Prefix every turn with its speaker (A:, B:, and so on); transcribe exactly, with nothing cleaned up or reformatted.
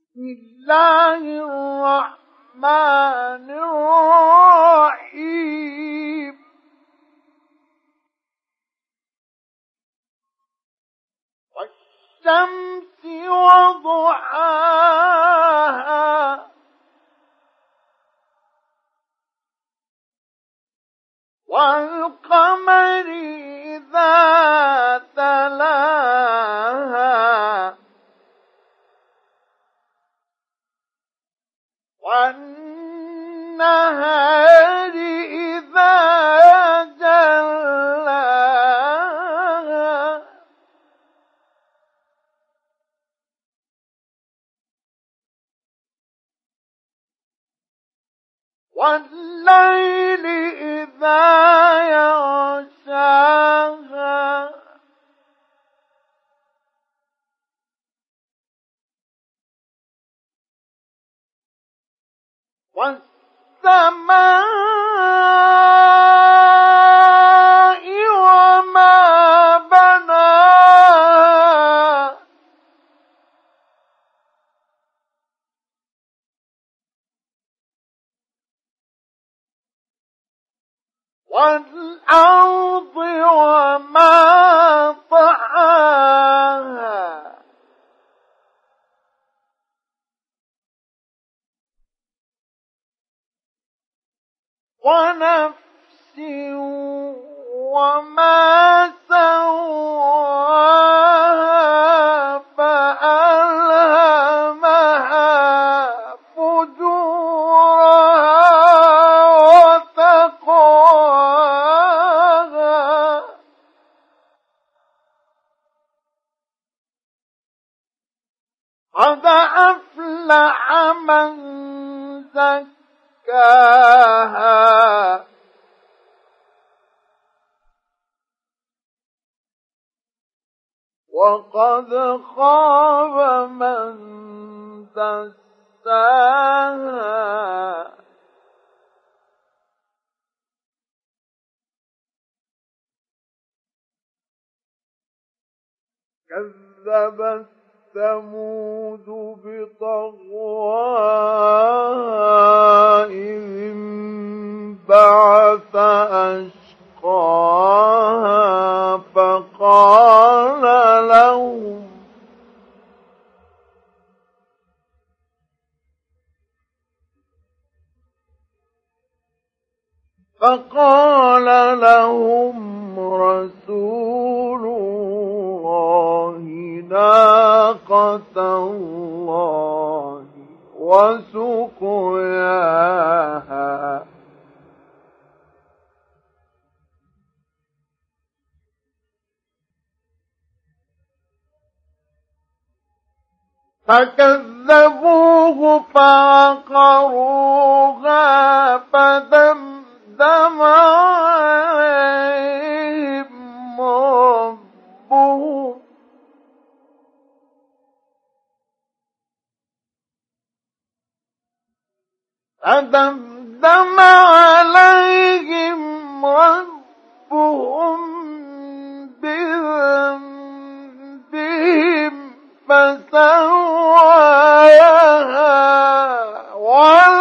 A: بسم الله الرحمن الرحيم والشمس وضحاها والقمر إذا تلاها والنهار إذا جلاها والليل إذا يغشاها والسماء وما بناها والأرض وما طحاها ونفس وما سواها فألهمها فجورها وتقواها قد أفلح من زكاها وقد خاب من دساها كذبت ثمود بطغواها إذ انبعث أشقاها فقال لهم فقال لهم رسول الله ناقة الله وسقياها فكذبوه فعقروها فدمدم عليهم ربهم فدمدم عليهم ربهم بذنبهم فسواها